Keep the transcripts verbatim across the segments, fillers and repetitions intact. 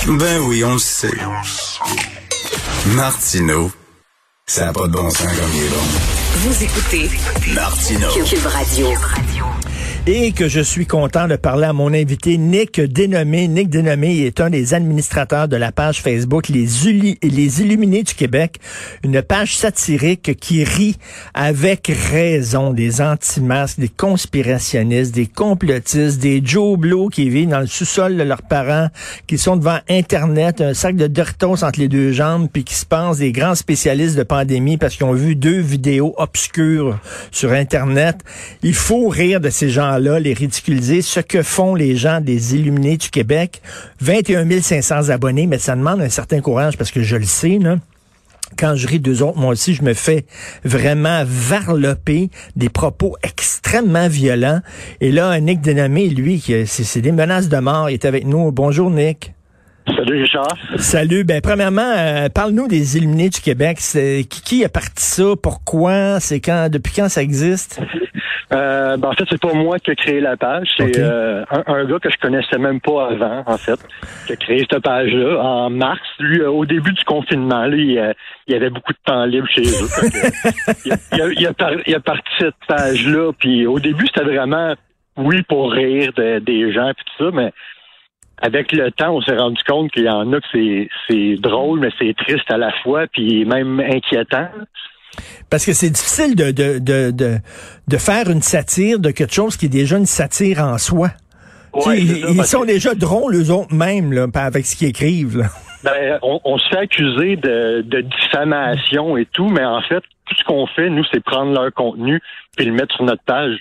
Ben oui, on le sait. Martineau, ça n'a pas de bon sens comme il est bon. Vous écoutez Martineau. Cube Radio. Et que je suis content de parler à mon invité Nick Dénommé. Nick Dénommé est un des administrateurs de la page Facebook Les, Uli- Les Illuminés du Québec, une page satirique qui rit avec raison des anti-masques, des conspirationnistes, des complotistes, des Joe Blow qui vivent dans le sous-sol de leurs parents, qui sont devant Internet, un sac de Doritos entre les deux jambes, puis qui se pensent des grands spécialistes de pandémie parce qu'ils ont vu deux vidéos obscures sur Internet. Il faut rire de ces gens là, les ridiculiser, ce que font les gens des Illuminés du Québec. vingt et un mille cinq cents abonnés, mais ça demande un certain courage parce que je le sais, là. Quand je ris d'eux autres, moi aussi, je me fais vraiment varloper des propos extrêmement violents. Et là, Nick Dénommé, lui, c'est, c'est des menaces de mort. Il est avec nous. Bonjour, Nick. Salut, Richard. Salut. Ben, premièrement, euh, parle-nous des Illuminés du Québec. C'est, qui, qui a parti ça? Pourquoi? C'est quand? Depuis quand ça existe? Euh, ben en fait, c'est pas moi qui ai créé la page. C'est okay. euh, un, un gars que je connaissais même pas avant, en fait, qui a créé cette page-là en mars. Lui, euh, au début du confinement, lui, euh, il y avait beaucoup de temps libre chez eux. Que, il, a, il, a, il, a par, il a parti cette page-là. Puis au début, c'était vraiment, oui, pour rire de, des gens et tout ça, mais avec le temps, on s'est rendu compte qu'il y en a que c'est, c'est drôle, mais c'est triste à la fois, puis même inquiétant. Parce que c'est difficile de, de, de, de, de faire une satire de quelque chose qui est déjà une satire en soi. Ouais, ils ça, ils sont que... déjà drôles, eux autres mêmes, là, avec ce qu'ils écrivent. Là. Ben, on, on se fait accuser de, de diffamation et tout, mais en fait, tout ce qu'on fait, nous, c'est prendre leur contenu puis le mettre sur notre page.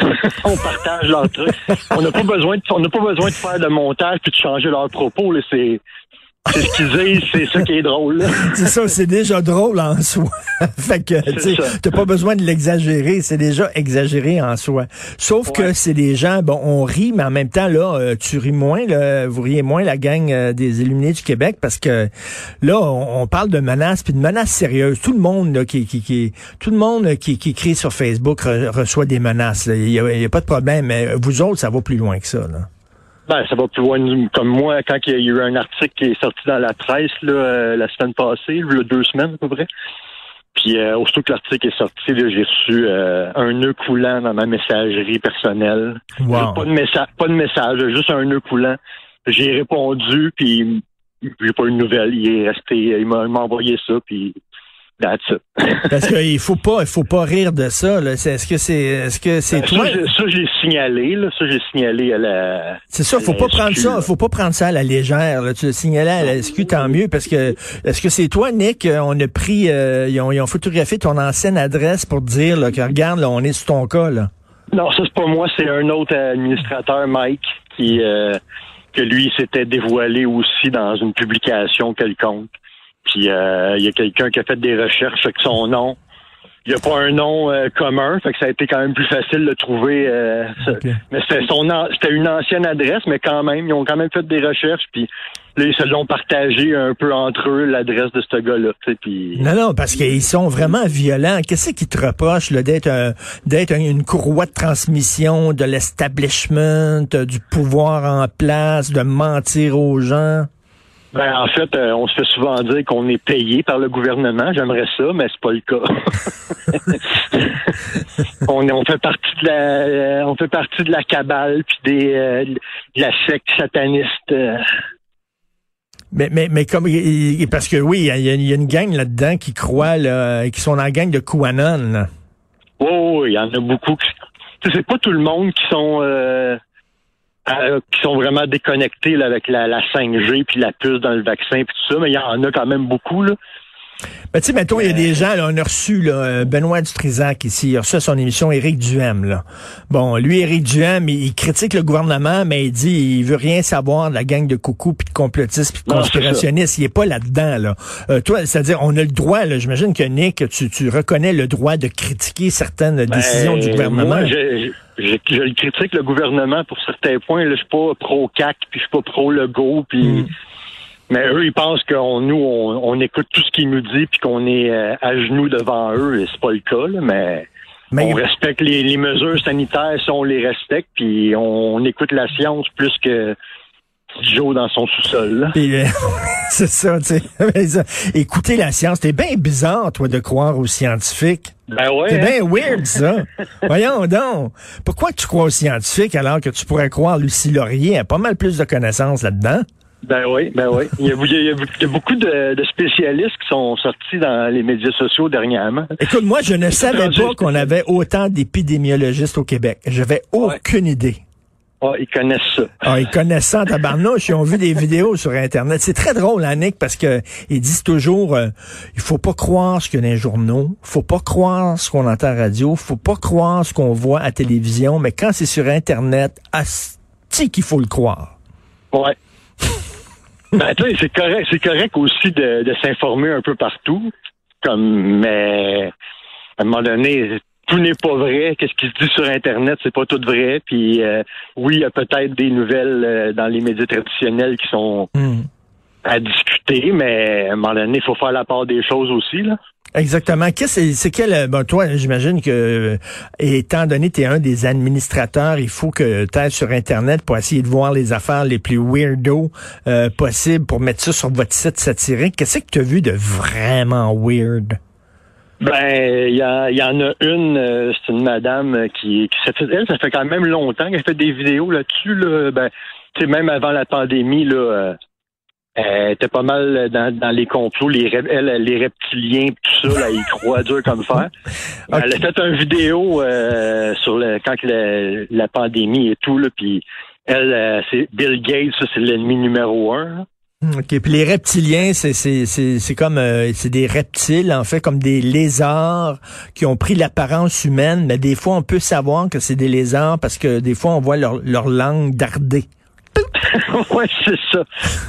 On partage leurs trucs. On n'a pas besoin de, on n'a pas besoin de faire de montage puis de changer leurs propos. Là, c'est C'est ce qu'ils disent, c'est ça qui est drôle. Là. C'est ça, c'est déjà drôle en soi. Fait que, tu sais, t'as pas besoin de l'exagérer, c'est déjà exagéré en soi. Sauf ouais. que c'est des gens, bon, on rit, mais en même temps, là, euh, tu ris moins, là, vous riez moins la gang euh, des Illuminés du Québec, parce que là, on, on parle de menaces, puis de menaces sérieuses. Tout le monde, là, qui, qui, qui, tout le monde qui, qui écrit sur Facebook re, reçoit des menaces. Il y a, il y a pas de problème, mais vous autres, ça va plus loin que ça, là. Ben, ça va plus loin. Comme moi, quand il y a eu un article qui est sorti dans la presse là, euh, la semaine passée, il y a deux semaines à peu près. Puis euh, aussitôt que l'article est sorti, là, j'ai reçu euh, un nœud coulant dans ma messagerie personnelle. Wow. Pas de message, pas de message, juste un nœud coulant. J'ai répondu, puis j'ai pas eu de nouvelles. Il est resté, il m'a, il m'a envoyé ça, puis that's it. Parce qu'il faut pas, il faut pas rire de ça. Là. C'est, est-ce que c'est, est-ce que c'est ben, toi? Ça, j'ai, ça, j'ai signalé. Là, ça, j'ai signalé à la. C'est ça, faut pas prendre ça, faut pas prendre ça à la légère. Là. Tu le signalais à la S Q, tant mieux, parce que est-ce que c'est toi, Nick? On a pris, euh, ils ont, ils ont photographié ton ancienne adresse pour te dire là, que regarde, là, on est sur ton cas. Là. Non, ça c'est pas moi, c'est un autre administrateur, Mike, qui euh, que lui s'était dévoilé aussi dans une publication quelconque. Puis il euh, y a quelqu'un qui a fait des recherches avec son nom. Il n'y a pas un nom euh, commun, fait que ça a été quand même plus facile de trouver. Euh, okay. Mais c'était son c'était une ancienne adresse, mais quand même, ils ont quand même fait des recherches. Puis là, ils se l'ont partagé un peu entre eux, l'adresse de ce gars-là. Puis... Non, non, parce qu'ils sont vraiment violents. Qu'est-ce qui te reproche là, d'être, un, d'être une courroie de transmission de l'establishment, du pouvoir en place, de mentir aux gens? Ben en fait, euh, on se fait souvent dire qu'on est payé par le gouvernement. J'aimerais ça, mais c'est pas le cas. on, on fait partie de la, euh, on fait partie de la cabale puis des, euh, de la secte sataniste. Euh. Mais mais mais comme parce que oui, il y a, y a une gang là-dedans qui croient là, qui sont dans la gang de QAnon. Là. Oh, il y en a beaucoup. Qui, c'est pas tout le monde qui sont. Euh, Euh, qui sont vraiment déconnectés là, avec la, la cinq G puis la puce dans le vaccin puis tout ça, mais il y en a quand même beaucoup, là. Ben, tu sais, mettons, il y a des gens, là, on a reçu, là, Benoît Dutrisac ici, il a reçu à son émission Éric Duhem, là. Bon, lui, Éric Duhem, il, il critique le gouvernement, mais il dit, il veut rien savoir de la gang de coucous puis de complotistes puis de conspirationnistes. Il est pas là-dedans, là. Euh, toi, c'est-à-dire, on a le droit, là, j'imagine que Nick, tu, tu reconnais le droit de critiquer certaines ben, décisions du gouvernement. Moi, je, je, je, je le critique, le gouvernement, pour certains points. Là, je suis pas pro-C A C, puis je suis pas pro-Legault, puis... Mm. Mais eux, ils pensent qu'on nous, on, on écoute tout ce qu'ils nous disent puis qu'on est euh, à genoux devant eux, et c'est pas le cas, là, mais, mais on respecte les, les mesures sanitaires si on les respecte, puis on, on écoute la science plus que petit Joe dans son sous-sol. Là. Puis, euh, c'est ça, tu sais. Écoutez la science, t'es bien bizarre, toi, de croire aux scientifiques. Ben ouais. C'est hein? bien weird, ça. Voyons donc. Pourquoi tu crois aux scientifiques alors que tu pourrais croire Lucie Laurier? Elle a pas mal plus de connaissances là-dedans. Ben oui, ben oui. Il y a, il y a, il y a beaucoup de, de spécialistes qui sont sortis dans les médias sociaux dernièrement. Écoute, moi, je ne savais pas qu'on avait autant d'épidémiologistes au Québec. J'avais aucune ouais. idée. Ah, ils connaissent ça. Ah, ils connaissent ça en tabarnouche. Ils ont vu des vidéos sur Internet. C'est très drôle, hein, Nick, parce que ils disent toujours, euh, il faut pas croire ce qu'il y a dans les journaux, faut pas croire ce qu'on entend à la radio, faut pas croire ce qu'on voit à la télévision, mais quand c'est sur Internet, asti qu'il faut le croire. Ouais. Ben, tu sais, c'est correct, c'est correct aussi de, de s'informer un peu partout, comme, mais à un moment donné, tout n'est pas vrai. Qu'est-ce qui se dit sur Internet, c'est pas tout vrai. Puis euh, oui, il y a peut-être des nouvelles euh, dans les médias traditionnels qui sont mm. à discuter, mais à un moment donné, il faut faire la part des choses aussi, là. Exactement. Qu'est-ce c'est, c'est quel bon toi j'imagine que étant donné que tu es un des administrateurs, il faut que tu ailles sur Internet pour essayer de voir les affaires les plus weirdo euh, possibles pour mettre ça sur votre site satirique. Qu'est-ce que tu as vu de vraiment weird? Ben, il y, y en a une, euh, c'est une madame qui, qui ça fait, elle, ça fait quand même longtemps qu'elle fait des vidéos là-dessus, là. Ben, tu sais, même avant la pandémie, là, euh, elle était pas mal dans, dans les complots, les, elle, les reptiliens, tout ça, là, ils croient dur comme fer. Okay. Elle a fait une vidéo euh, sur le quand la, la pandémie et tout, là, puis elle, euh, c'est Bill Gates, ça, c'est l'ennemi numéro un. Là. OK, puis les reptiliens, c'est c'est c'est c'est comme euh, c'est des reptiles en fait, comme des lézards qui ont pris l'apparence humaine, mais des fois on peut savoir que c'est des lézards parce que des fois on voit leur leur langue darder. Ouais, c'est ça.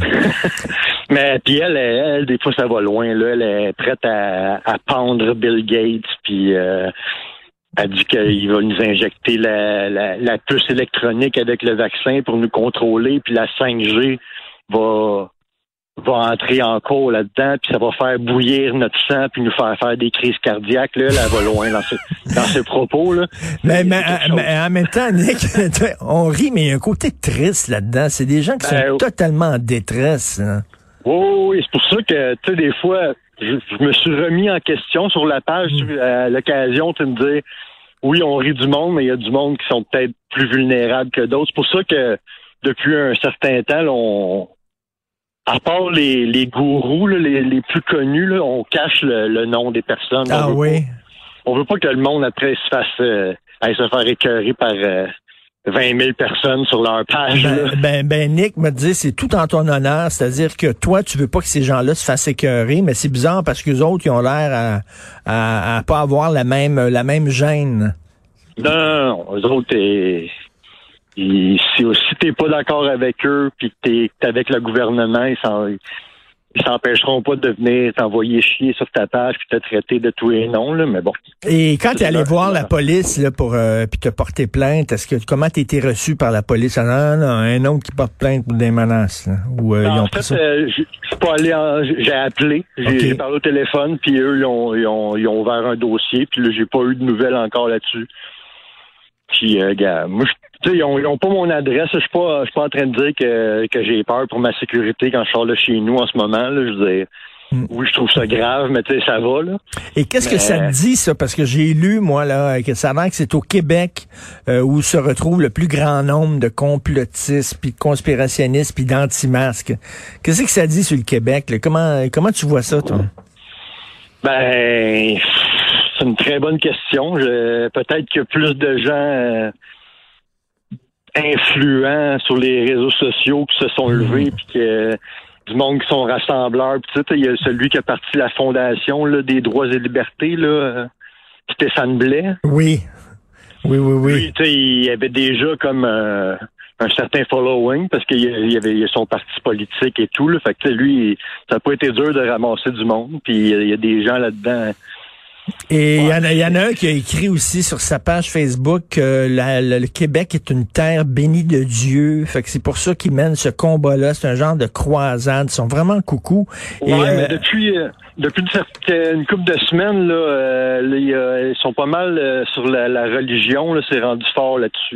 Mais puis elle, elle, elle, des fois ça va loin là, elle est prête à, à pendre Bill Gates, puis euh, elle dit qu'il va nous injecter la, la la puce électronique avec le vaccin pour nous contrôler, puis la cinq G va va entrer en cours là-dedans, puis ça va faire bouillir notre sang, puis nous faire faire des crises cardiaques. Là, là elle va loin dans, ce, dans ses propos. Là. Mais, mais, mais en même temps, Nick, on rit, mais il y a un côté triste là-dedans. C'est des gens qui ben, sont totalement en détresse. Hein. Oui, oui, c'est pour ça que, tu sais, des fois, je, je me suis remis en question sur la page mmh. à l'occasion, tu me dis, oui, on rit du monde, mais il y a du monde qui sont peut-être plus vulnérables que d'autres. C'est pour ça que, depuis un certain temps, là, on... À part les, les gourous, là, les, les plus connus, là, on cache le, le nom des personnes. Ah on oui? Pas, on veut pas que le monde, après, se fasse euh, se faire écœurer par euh, vingt mille personnes sur leur page. Ben, là. ben, ben, Nick me dit, c'est tout en ton honneur, c'est-à-dire que toi, tu veux pas que ces gens-là se fassent écœurer, mais c'est bizarre parce qu'eux autres, ils ont l'air à, à, à pas avoir la même, la même gêne. Non, non, non. Eux autres, t'es... Et si, si t'es pas d'accord avec eux, puis que t'es, t'es avec le gouvernement, ils, s'en, ils s'empêcheront pas de venir t'envoyer chier sur ta page puis te traiter de tout et non, là, mais bon. Et quand t'es allé voir la police là pour euh, puis te porter plainte, est-ce que comment t'as été reçu par la police? Ah, non, non, un autre qui porte plainte pour des menaces, là, ou euh, non, ils ont en pris fait, ça? Euh, je suis pas allé en, j'ai appelé, j'ai, okay. j'ai parlé au téléphone, puis eux ils ont, ils ont ils ont ouvert un dossier, puis là j'ai pas eu de nouvelles encore là-dessus. Puis, euh, gars, moi, tu sais, ils ont, ils ont pas mon adresse. Je suis pas, je suis pas en train de dire que, que j'ai peur pour ma sécurité quand je sors là chez nous en ce moment. Là, je veux dire, mm. oui, je trouve ça grave, mais tu sais, ça va là. Et qu'est-ce mais... que ça te dit ça? Parce que j'ai lu moi là que ça a l'air que c'est au Québec euh, où se retrouve le plus grand nombre de complotistes, puis de conspirationnistes, puis d'anti-masques. Qu'est-ce que ça dit sur le Québec? Là? Comment, comment tu vois ça, toi? Ben. C'est une très bonne question. Je, peut-être qu'il y a plus de gens euh, influents sur les réseaux sociaux qui se sont levés, puis que du monde qui sont rassembleurs. Puis tu sais, il y a celui qui a parti la fondation là, des droits et libertés, là, euh, Stéphane Blais. Oui, oui, oui, oui. Lui, tu sais, il avait déjà comme euh, un certain following parce qu'il y avait il y a son parti politique et tout. Là, fait que lui, ça n'a pas été dur de ramasser du monde. Puis il y a des gens là-dedans. Et il ouais. y, y en a un qui a écrit aussi sur sa page Facebook que la, le, le Québec est une terre bénie de Dieu. Fait que c'est pour ça qu'ils mènent ce combat-là. C'est un genre de croisade. Ils sont vraiment coucous. Ouais, Et, mais euh, depuis euh, depuis une, une couple de semaines, là, euh, les, euh, ils sont pas mal euh, sur la, la religion. Là, c'est rendu fort là-dessus. Là.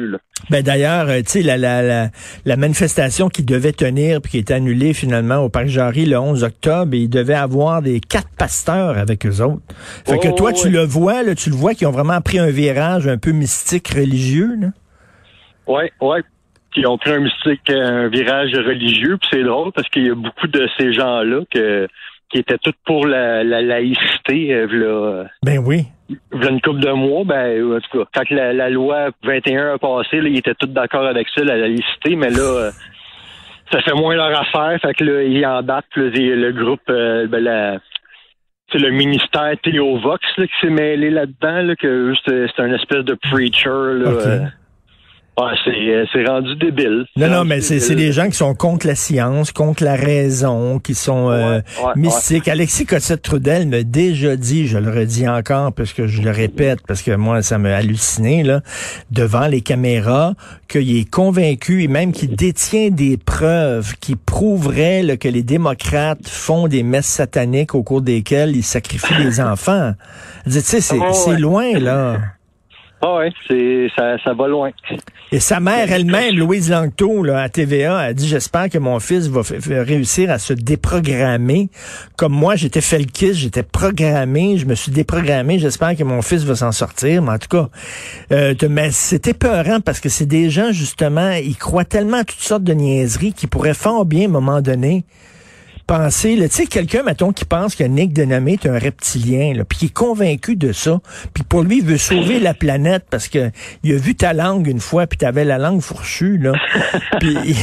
Ben d'ailleurs, tu sais, la, la, la, la manifestation qui devait tenir puis qui est annulée finalement au Parc Jarry le onze octobre, et il devait avoir des quatre pasteurs avec eux autres. Fait oh, que toi, tu ouais. le vois, là, tu le vois qu'ils ont vraiment pris un virage un peu mystique religieux, là. Ouais, ouais. Qui ont pris un mystique, un virage religieux, puis c'est drôle parce qu'il y a beaucoup de ces gens-là que qui étaient tous pour la, la laïcité, euh, là. Ben oui. V'là une couple de mois, ben, en tout cas, quand la, la loi vingt et un a passé, là, ils étaient tous d'accord avec ça, la laïcité, mais là, euh, ça fait moins leur affaire, fait que là, ils en battent, là, le groupe, euh, ben, la, c'est le ministère Théovox, là, qui s'est mêlé là-dedans, là, que c'est, c'est un espèce de preacher, là. Okay. Euh, Ouais, c'est, c'est rendu débile. Non, non, mais débile. c'est, c'est des gens qui sont contre la science, contre la raison, qui sont euh, ouais, ouais, mystiques. Ouais. Alexis Cossette-Trudel m'a déjà dit, je le redis encore, parce que je le répète, parce que moi, ça m'a halluciné, là, devant les caméras, qu'il est convaincu, et même qu'il détient des preuves qui prouveraient là, que les démocrates font des messes sataniques au cours desquelles ils sacrifient les enfants. Tu sais, c'est, oh, c'est ouais. loin, là. Ah oui, c'est ça, ça va loin. Et sa mère elle-même, Louise Langto, là, à T V A, a dit, j'espère que mon fils va f- f- réussir à se déprogrammer. Comme moi, j'étais felkiste, j'étais programmé, je me suis déprogrammé, j'espère que mon fils va s'en sortir. Mais en tout cas, euh, mais c'est épeurant parce que c'est des gens, justement, ils croient tellement à toutes sortes de niaiseries qu'ils pourraient fort bien, à un moment donné, penser, tu sais, quelqu'un, mettons, qui pense que Nick Denomé est un reptilien, là, puis qui est convaincu de ça, puis pour lui, il veut sauver la planète parce que il a vu ta langue une fois, puis t'avais la langue fourchue, là, puis il,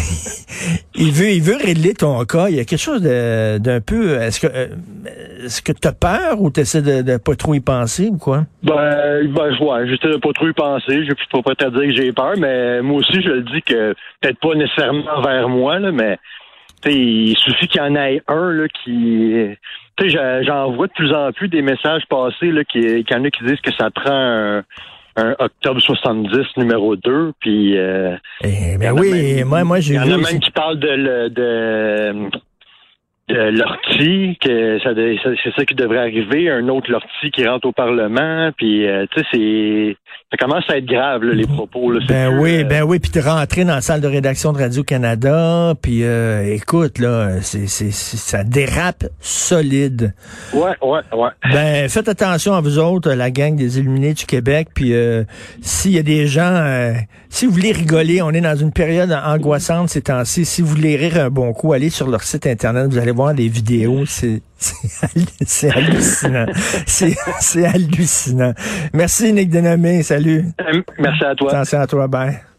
il veut il veut régler ton cas. Il y a quelque chose de, d'un peu, est-ce que euh, est-ce que t'as peur ou t'essaies de, de pas trop y penser ou quoi? Ben, ben ouais, j'essaie de pas trop y penser, je peux pas te dire que j'ai peur, mais moi aussi, je le dis que, peut-être pas nécessairement vers moi, là, mais t'sais, il suffit qu'il y en ait un là qui, tu sais, j'en vois de plus en plus des messages passés là qui, qu'il y en a qui disent que ça prend un, un Octobre soixante-dix numéro deux, puis. Euh, eh ben oui, même, moi, moi j'ai vu. Il y en a aussi. même qui parlent de, de, de l'ortie, que ça, c'est ça qui devrait arriver, un autre l'ortie qui rentre au Parlement, puis euh, tu sais, c'est. Ça commence à être grave, là, les propos. Là. Ben plus, oui, euh... ben oui, puis t'es rentré dans la salle de rédaction de Radio-Canada, puis euh, écoute, là, c'est, c'est, c'est, ça dérape solide. Ouais, ouais, ouais. Ben, faites attention à vous autres, la gang des Illuminés du Québec, puis euh, s'il y a des gens, euh, si vous voulez rigoler, on est dans une période angoissante ces temps-ci, si vous voulez rire un bon coup, allez sur leur site Internet, vous allez voir des vidéos, c'est... C'est, c'est hallucinant. c'est, c'est hallucinant. Merci, Nick Denomé. Salut. Merci à toi. Attention à toi. Bye.